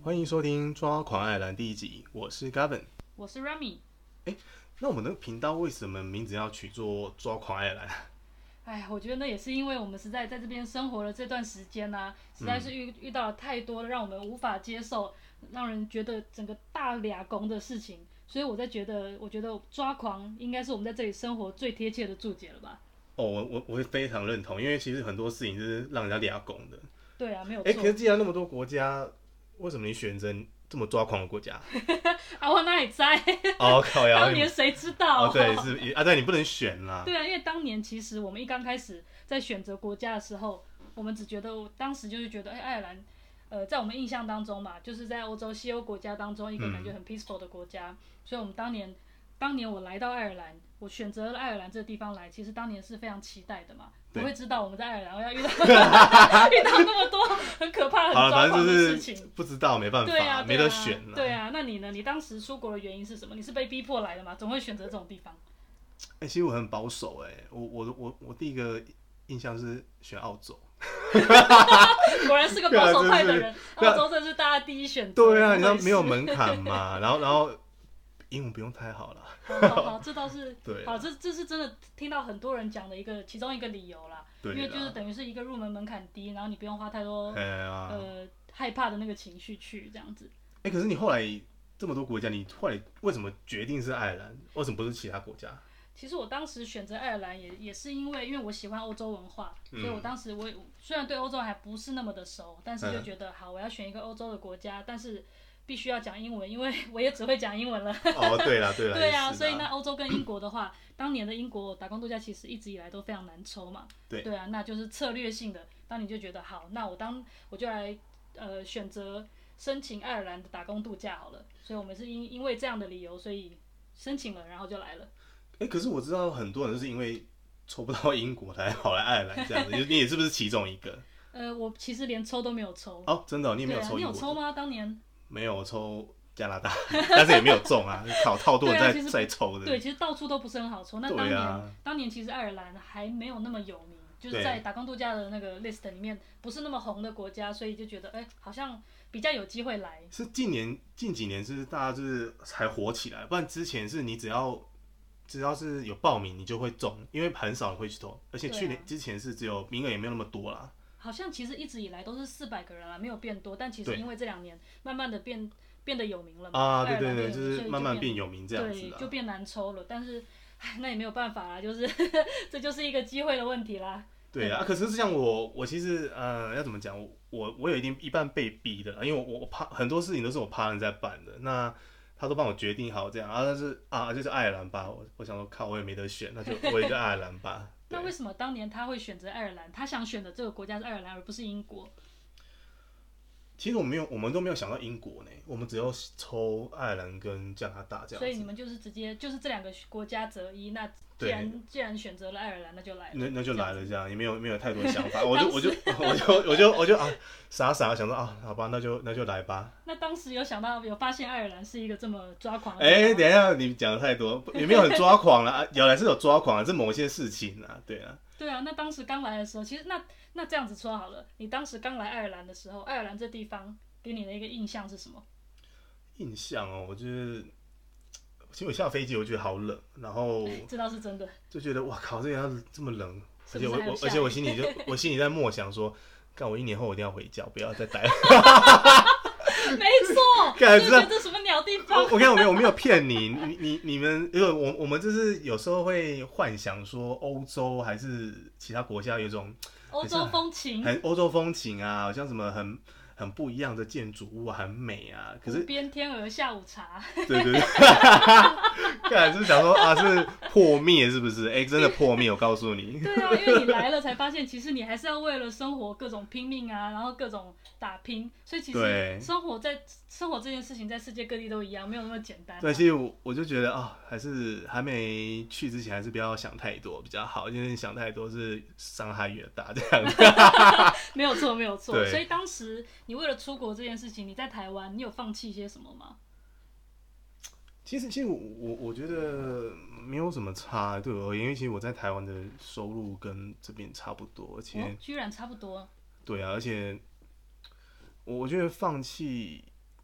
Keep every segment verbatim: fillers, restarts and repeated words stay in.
欢迎收听《抓狂爱尔兰》第一集，我是 Gavin， 我是 Rami。 哎，那我们那个频道为什么名字要取作《抓狂爱尔兰》？ 哎，我觉得那也是因为我们实在在这边生活了这段时间呢、啊，实在是遇、嗯、遇到了太多让我们无法接受、让人觉得整个大俩拱的事情，所以我在觉得，我觉得抓狂应该是我们在这里生活最贴切的注解了吧？ 哦，我我我会非常认同，因为其实很多事情就是让人家俩拱的。 对啊，没有错。 哎，可是既然那么多国家，为什么你选择这么抓狂的国家？ 啊，我哪里在？ 哦，靠呀！ 当年谁知道？ 哦，对，是啊，对，你不能选啦。 对啊，因为当年其实我们一刚开始在选择国家的时候，我们只觉得，当时就是觉得，哎，爱尔兰，呃，在我们印象当中嘛，就是在欧洲西欧国家当中一个感觉很 peaceful 的国家，嗯、所以我们当年，当年我来到爱尔兰，我选择了爱尔兰这个地方来，其实当年是非常期待的嘛。不会知道我们在爱尔兰要遇到遇到那么多很可怕、很抓狂的事情， 不知道没办法， 对啊， 没得选啊。 对啊，那你呢？你当时出国的原因是什么？你是被逼迫来的吗？总会选择这种地方？ 哎、欸，其实我很保守哎、欸，我我我我第一个印象是选澳洲。 果然是个保守派的人，澳洲真的是大家第一选择。 对啊，你知道没有门槛嘛，然后然后英文不用太好了。 好好好，这倒是对， 好，这这是真的听到很多人讲的一个其中一个理由啦。因为就是等于是一个入门门槛低，然后你不用花太多、啊、呃害怕的那个情绪去这样子。 哎、欸，可是你后来这么多国家，你后来为什么决定是爱尔兰？为什么不是其他国家？ 其实我当时选择爱尔兰也也是因为，因为我喜欢欧洲文化，嗯、所以我当时我虽然对欧洲还不是那么的熟，但是就觉得、嗯、好，我要选一个欧洲的国家，但是必须要讲英文，因为我也只会讲英文了。 哦，对啦，对啦。 对啊，所以那欧洲跟英国的话，当年的英国打工度假其实一直以来都非常难抽嘛。 对。 对啊，那就是策略性的，当你就觉得好，那我当我就来呃选择申请爱尔兰的打工度假好了。所以我们是因因为这样的理由，所以申请了，然后就来了。 哎、欸，可是我知道很多人就是因为抽不到英国才跑来爱尔兰这样子，你也是不是其中一个？ 呃，我其实连抽都没有抽。 哦，真的、哦，你也没有抽英国、 啊？你有抽吗？当年？ 没有，我抽加拿大，但是也没有中啊，考套多人在、 啊、 在抽的。 对，其实到处都不是很好抽。那当年，啊、当年其实爱尔兰还没有那么有名，就是在打工度假的那个 list 里面不是那么红的国家，所以就觉得哎、欸，好像比较有机会来。 是近年近几年是大家就是才火起来，不然之前是你只要只要是有报名你就会中，因为很少人会去投，而且去年、啊、之前是只有名额也没有那么多啦。 好像其实一直以来都是四百个人啦，没有变多，但其实因为这两年慢慢的变变得有名了嘛， 啊，对对对，就是慢慢变有名这样子， 对，就变难抽了。但是，唉，那也没有办法啦，就是这就是一个机会的问题啦。 对啊，可是像我，我其实呃，要怎么讲？我我有一定一半被逼的，因为我我怕很多事情都是我怕人在办的，那他都帮我决定好这样，啊，但是啊，就是爱尔兰吧，我我想说靠，我也没得选，那就我也就爱尔兰吧。 那为什么当年他会选择爱尔兰？他想选的这个国家是爱尔兰，而不是英国？ 其实我没有，我们都没有想到英国呢，我们只有抽爱尔兰跟加拿大这样子。 所以你们就是直接就是这两个国家择一。那既然既然选择了爱尔兰，那就来了。 那那就来了，这样也没有没有太多想法，我就我就我就我就我就啊傻傻想说啊，好吧，那就那就来吧。 那当时有想到有发现爱尔兰是一个这么抓狂的？ 哎、欸，等一下，你讲的太多，也没有很抓狂啦，有来是有抓狂啊，这某些事情啊，对啊。 对啊，那当时刚来的时候，其实那那这样子说好了，你当时刚来爱尔兰的时候，爱尔兰这地方给你的一个印象是什么？ 印象哦，我觉得，其实我下飞机我觉得好冷，然后这倒是真的， 就觉得哇靠，这要这么冷， 是不是而且我我而且我心里就我心里在默想说，干我一年后我一定要回家，不要再待了。 没错， 感觉得这什么鸟地方？ 我看我没有我没有骗你，你你你们，因为我我们就是有时候会幻想说欧洲还是其他国家有一种欧洲风情， 很欧洲风情啊，好像什么很很不一样的建筑物啊，很美啊。可是湖边天鹅下午茶， 对对对，看就是想说啊，是破灭是不是？哎、欸，真的破灭，我告诉你。 对啊，因为你来了才发现，其实你还是要为了生活各种拼命啊，然后各种打拼，所以其实生活在生活这件事情在世界各地都一样，没有那么简单、啊。 对，其实我我就觉得啊、哦，还是还没去之前，还是不要想太多比较好，因为你想太多是伤害越大这样子。 没有错，没有错。所以当时你为了出国这件事情，你在台湾，你有放弃些什么吗？ 其实，其实我我我觉得没有什么差，对我而言，因为其实我在台湾的收入跟这边差不多，而且、 哦、居然差不多。 对啊，而且我我觉得放弃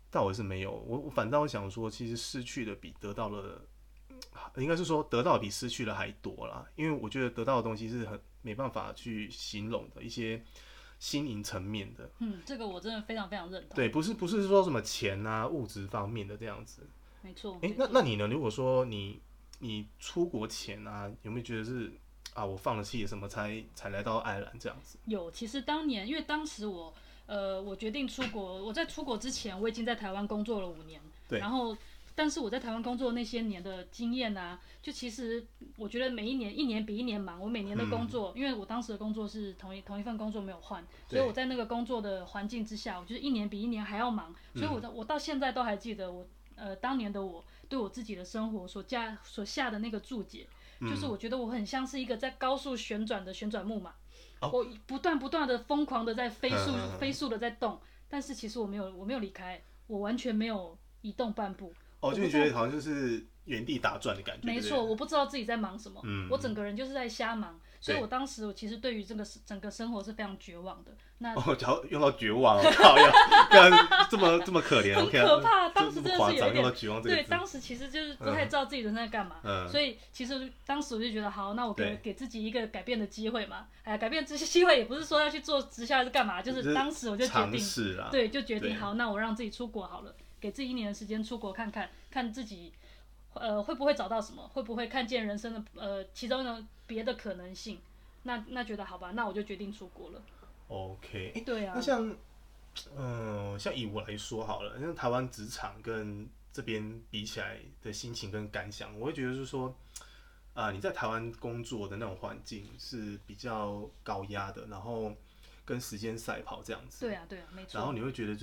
倒也是没有，我我反倒想说，其实失去的比得到的，应该是说得到的比失去的还多啦。因为我觉得得到的东西是很没办法去形容的一些心灵层面的。 嗯，这个我真的非常非常认同。 对，不是不是说什么钱啊物质方面的这样子。 没错。 哎、欸，那那你呢？如果说你你出国前啊，有没有觉得是啊，我放了弃什么才才来到爱尔兰这样子？ 有，其实当年因为当时我呃我决定出国，我在出国之前我已经在台湾工作了五年， 对， 然后但是我在台湾工作那些年的经验啊，就其实我觉得每一年一年比一年忙，我每年的工作，嗯、因为我当时的工作是同一同一份工作没有换，所以我在那个工作的环境之下，我就是一年比一年还要忙，所以我到我到现在都还记得我呃当年的我对我自己的生活所加所下的那个注解。就是我觉得我很像是一个在高速旋转的旋转木马，哦、我不断不断的疯狂的在飞速、嗯、飞速的在动，但是其实我没有我没有离开，我完全没有移动半步。 哦，就你觉得好像就是原地打转的感觉。 没错，我不知道自己在忙什么， 嗯、 我整个人就是在瞎忙，所以我当时我其实对于这个整个生活是非常绝望的。那哦，只要用到绝望，我靠呀，这么这么可怜， 很可怕。 Okay, 当时真的是有一点绝望对，当时其实就是不太知道自己人生在干嘛，嗯、所以其实当时我就觉得，好，那我给给自己一个改变的机会嘛。哎，改变这些机会也不是说要去做直销还是干嘛，就是当时我就决定，对，就决定好，那我让自己出国好了，给自己一年的时间出国看看，看自己呃会不会找到什么，会不会看见人生的呃其中的别的可能性。那那觉得好吧，那我就决定出国了。 OK， 欸、 对啊。 那像，嗯、呃，像以我来说好了，像台湾职场跟这边比起来的心情跟感想，我会觉得是说，啊、呃，你在台湾工作的那种环境是比较高压的，然后跟时间赛跑这样子。 对啊，对啊，没错。 然后你会觉得就是，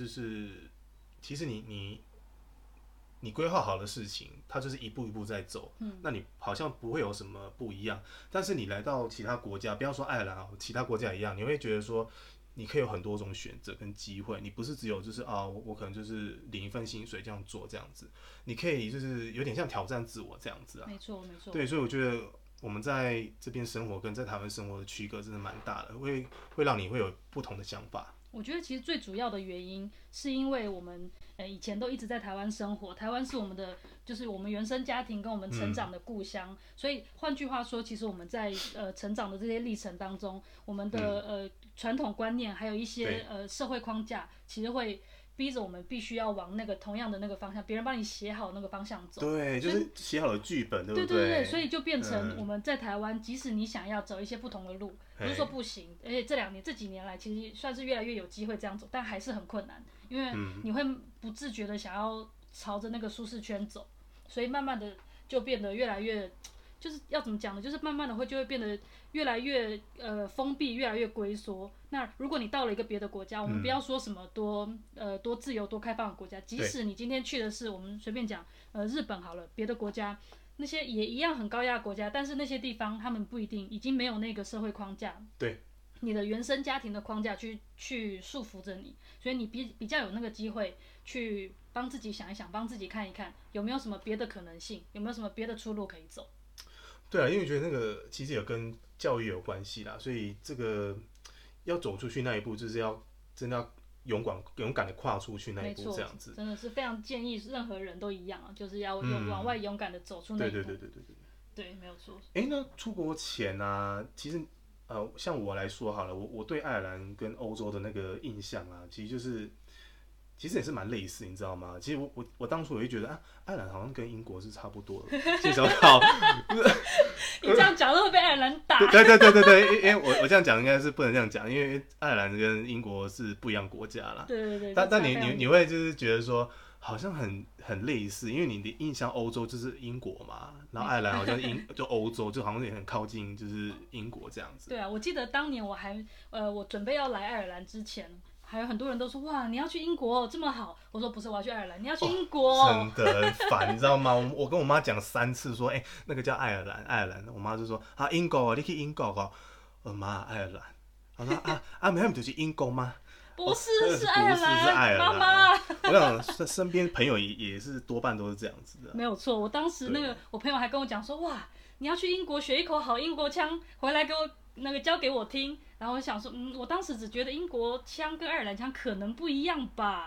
其实你你你规划好的事情，它就是一步一步在走，嗯，那你好像不会有什么不一样。但是你来到其他国家，不要说爱尔兰啊，其他国家也一样，你会觉得说，你可以有很多种选择跟机会，你不是只有就是啊，我我可能就是领一份薪水这样做这样子，你可以就是有点像挑战自我这样子啊。 没错，没错。 对，所以我觉得我们在这边生活跟在台湾生活的区隔真的蛮大的，会会让你会有不同的想法。 我觉得其实最主要的原因是因为我们呃以前都一直在台湾生活，台湾是我们的就是我们原生家庭跟我们成长的故乡，嗯、所以换句话说，其实我们在呃成长的这些历程当中，我们的、嗯、呃传统观念还有一些呃社会框架，其实会逼着我们必须要往那个同样的那个方向，别人帮你写好那个方向走。 对，就是写好了剧本，对不对？ 对对对，所以就变成我们在台湾，嗯、即使你想要走一些不同的路，不是说不行，而且这两年这几年来，其实算是越来越有机会这样走，但还是很困难，因为你会不自觉的想要朝着那个舒适圈走，所以慢慢的就变得越来越。就是要怎么讲呢？就是慢慢的会就会变得越来越呃封闭，越来越龟缩。那如果你到了一个别的国家，我们不要说什么多呃多自由多开放的国家，即使你今天去的是我们随便讲呃日本好了，别的国家那些也一样很高压的国家，但是那些地方他们不一定已经没有那个社会框架， 对， 你的原生家庭的框架去去束缚着你，所以你比比较有那个机会去帮自己想一想，帮自己看一看有没有什么别的可能性，有没有什么别的出路可以走。 对啊，因为我觉得那个其实也跟教育有关系啦，所以这个要走出去那一步，就是要真的要勇敢勇敢的跨出去那一步，这样子。 真的是非常建议任何人都一样啊，就是要往外勇敢的走出那一步。 对对对对对对。 对，没有错。 哎，那出国前啊，其实呃，像我来说好了，我我对爱尔兰跟欧洲的那个印象啊，其实就是。其实也是蛮类似，你知道吗？其实我我我当初我就觉得啊，爱尔兰好像跟英国是差不多的。其实我靠， 你这样讲都会被爱尔兰打。 对对对对对，因为我我这样讲应该是不能这样讲，因为爱尔兰跟英国是不一样国家啦。 对对对。 但但你你你会就是觉得说好像很很类似，因为你的印象欧洲就是英国嘛，然后爱尔兰好像英就欧洲，就好像也很靠近就是英国这样子。 对啊，我记得当年我还呃我准备要来爱尔兰之前。还有很多人都说哇，你要去英国、哦、这么好。我说不是，我要去爱尔兰。你要去英国、 哦，真的很烦，你知道吗？我跟我妈讲三次说，哎、欸，那个叫爱尔兰，爱尔兰。我妈就说啊，英国啊，你去英国哦。我妈，爱尔兰。我说啊啊，没有，就是英国吗？ 不是，哦、是爱尔兰。 是爱尔兰。 妈妈， 我想身身边朋友也也是多半都是这样子的。 没有错，我当时那个我朋友还跟我讲说，哇，你要去英国学一口好英国腔，回来给我那个教给我听。然后我想说，嗯，我当时只觉得英国腔跟爱尔兰腔可能不一样吧。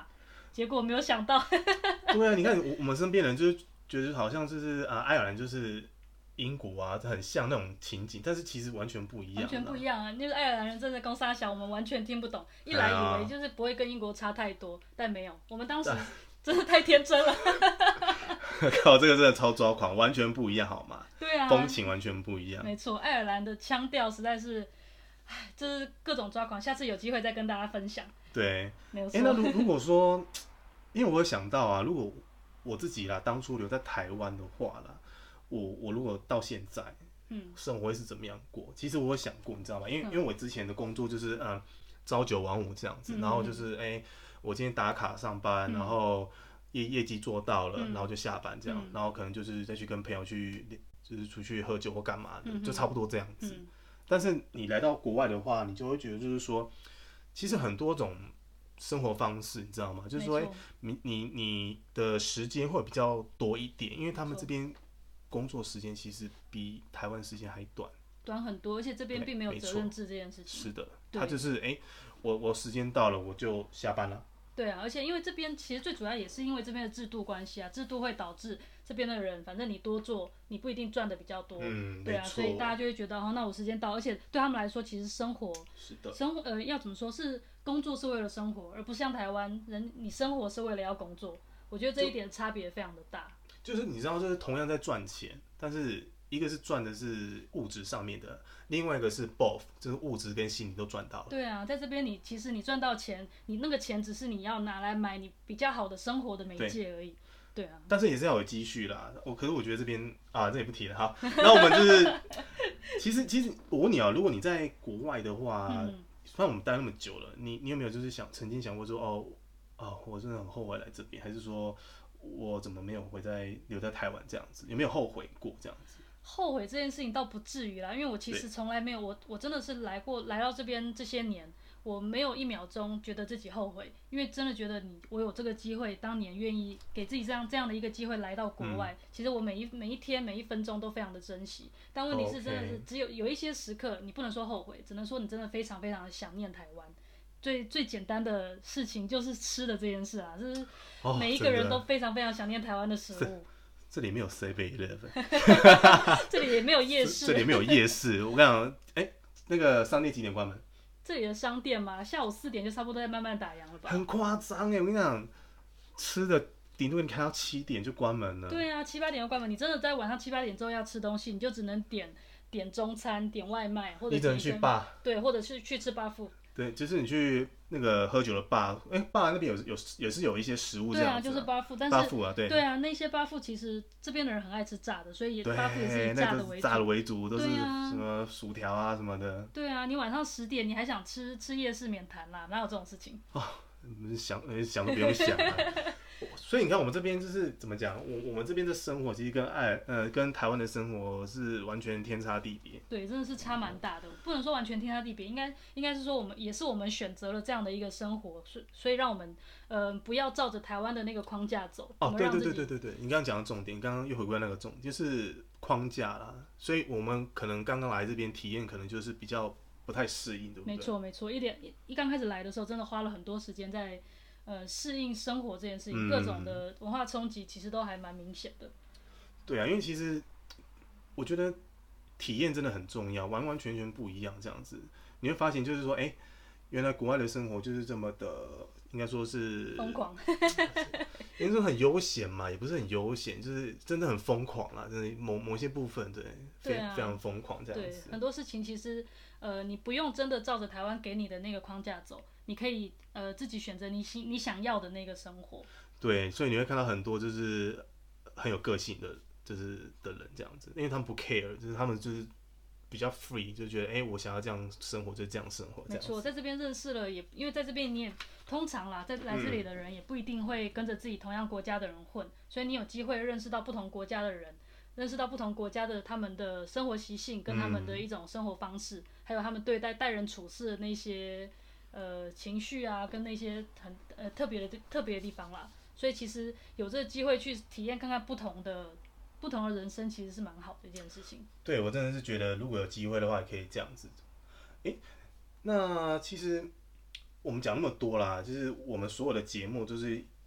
结果没有想到。 对啊，你看我我们身边人就是觉得好像就是啊，爱尔兰就是英国啊，很像那种情景，但是其实完全不一样， 完全不一样啊！那个爱尔兰人真的公沙小，我们完全听不懂。一来以为就是不会跟英国差太多，但没有，我们当时真的太天真了。 靠，这个真的超抓狂，完全不一样，好吗？ 对啊， 风情完全不一样。 没错，爱尔兰的腔调实在是，唉，就是各种抓狂。下次有机会再跟大家分享。 对， 没有错。 哎、欸，那如如果说，因为我有想到啊，如果我自己啦，当初留在台湾的话啦，我我如果到现在，嗯，生活会是怎么样过？其实我有想过，你知道吗？因为、嗯、因为我之前的工作就是嗯，朝九晚五这样子，嗯、然后就是哎、欸，我今天打卡上班，嗯、然后业业绩做到了，嗯、然后就下班这样，嗯、然后可能就是再去跟朋友去，就是出去喝酒或干嘛的，嗯、就差不多这样子。嗯、但是你来到国外的话，你就会觉得就是说，其实很多种生活方式，你知道吗？就是说，欸、你你你的时间会比较多一点，因为他们这边工作时间其实比台湾时间还短， 短很多，而且这边并没有责任制这件事情。 是的，他就是哎、欸，我我时间到了我就下班了。 对啊，而且因为这边其实最主要也是因为这边的制度关系啊，制度会导致这边的人，反正你多做，你不一定赚的比较多， 嗯， 对啊，所以大家就会觉得哦，那我时间到，而且对他们来说，其实生活是的， 生活呃要怎么说是工作是为了生活，而不像台湾人，你生活是为了要工作，我觉得这一点差别非常的大。 就, 就是你知道，就是同样在赚钱，但是一个是赚的是物质上面的，另外一个是 both， 就是物质跟心理都赚到了。 对啊，在这边你其实你赚到钱，你那个钱只是你要拿来买你比较好的生活的媒介而已。对啊， 但是也是要有积蓄啦。我可是我觉得这边啊，这也不提了哈。那我们就是，其实其实我问你啊，如果你在国外的话，嗯、虽然我们待那么久了，你你有没有就是想曾经想过说哦哦，我真的很后悔来这边，还是说我怎么没有回在留在台湾这样子？有没有后悔过这样子？ 后悔这件事情倒不至于啦，因为我其实从来没有，我我真的是来过来到这边这些年，我没有一秒钟觉得自己后悔，因为真的觉得你我有这个机会，当年愿意给自己这样这样的一个机会来到国外，嗯、其实我每一每一天每一分钟都非常的珍惜。但问题是真的是只有有一些时刻你不能说后悔，只能说你真的非常非常的想念台湾。最最简单的事情就是吃的这件事啊，就是每一个人都非常非常想念台湾的食物。 哦这里没有 seven eleven， 这里也没有夜市， 这里没有夜市。我跟你讲，哎、欸，那个商店几点关门？ 这里的商店嘛，下午四点就差不多在慢慢打烊了吧？ 很夸张哎！我跟你讲，吃的顶多你开到七点就关门了。 对啊，七八点就关门。你真的在晚上七八点之后要吃东西，你就只能点点中餐、点外卖，或者你只能去bar， 对，或者是去吃bar food。 对，就是你去那个喝酒的 bar， 哎 ，bar 那边有有也是有一些食物这样子、啊。 对啊，就是 bar food， 但是 bar food 啊，对。 对啊，那些 bar food 其实这边的人很爱吃炸的，所以 bar food 也是以炸的为主。 炸的为主，都是什么薯条啊什么的。 对啊，你晚上十点你还想吃吃夜市免谈啦，哪有这种事情？ 哦，想想都不用想啊。所以你看，我们这边就是怎么讲？我我们这边的生活其实跟爱呃跟台湾的生活是完全天差地别。 对，真的是差蛮大的，不能说完全天差地别，应该应该是说我们也是我们选择了这样的一个生活，所所以让我们呃不要照着台湾的那个框架走。 哦，对对对对对对，你刚刚讲的重点，你刚刚又回归那个重点，就是框架啦。所以我们可能刚刚来这边体验，可能就是比较不太适应，对不对？ 没错没错，一点一刚开始来的时候，真的花了很多时间在。呃，适应生活这件事情，各种的文化冲击其实都还蛮明显的。 对啊，因为其实我觉得体验真的很重要，完完全全不一样这样子，你会发现就是说，哎、欸，原来国外的生活就是这么的，应该说是疯狂， 因为说很悠闲嘛，也不是很悠闲，就是真的很疯狂啦，真的某某些部分对，非、啊、非常疯狂这样子。 对，很多事情其实呃，你不用真的照着台湾给你的那个框架走。你可以呃自己选择你你想要的那个生活。 对，所以你会看到很多就是很有个性的，就是的人这样子，因为他们不 care， 就是他们就是比较 free， 就觉得哎、欸，我想要这样生活就这样生活。 没错，在这边认识了也，因为在这边你也通常啦，在来这里的人也不一定会跟着自己同样国家的人混，嗯、所以你有机会认识到不同国家的人，认识到不同国家的他们的生活习性跟他们的一种生活方式，嗯、还有他们对待待人处事的那些。呃，情绪啊，跟那些很呃特别的特别的地方啦，所以其实有这个机会去体验看看不同的不同的人生，其实是蛮好的一件事情。 对，我真的是觉得，如果有机会的话，也可以这样子。哎，那其实我们讲那么多啦，就是我们所有的节目都是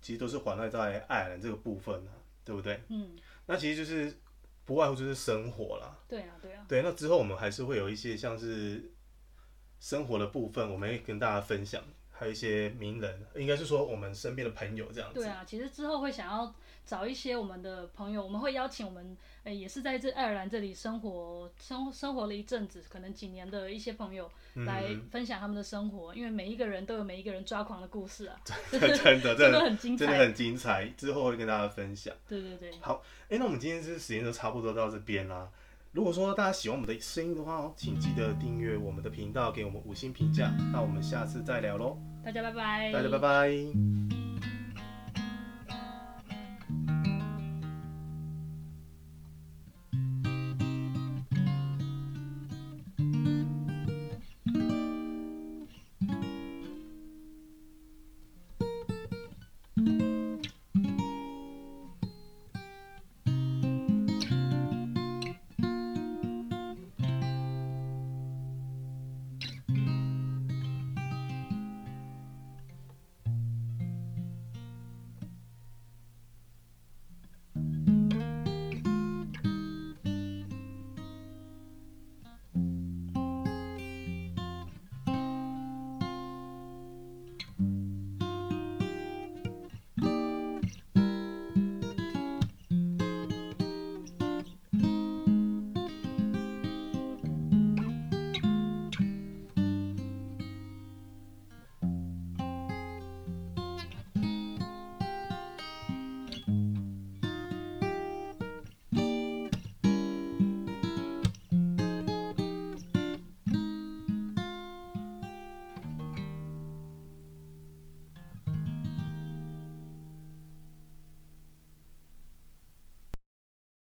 其实都是环绕在爱尔兰这个部分啊，对不对？ 嗯， 那其实就是不外乎就是生活啦。 对啊，对啊。 对，那之后我们还是会有一些像是生活的部分，我们会跟大家分享，还有一些名人，应该是说我们身边的朋友这样子。 对啊，其实之后会想要找一些我们的朋友，我们会邀请我们，呃，也是在这爱尔兰这里生活生生活了一阵子，可能几年的一些朋友来分享他们的生活，嗯、因为每一个人都有每一个人抓狂的故事啊， 真的真的真的很精彩， 真的很精彩，之后会跟大家分享。 对对对。 好，哎，那我们今天这时间就差不多到这边啦。如果说大家喜欢我们的声音的话哦，请记得订阅我们的频道，给我们五星评价。那我们下次再聊喽， 大家拜拜， 大家拜拜。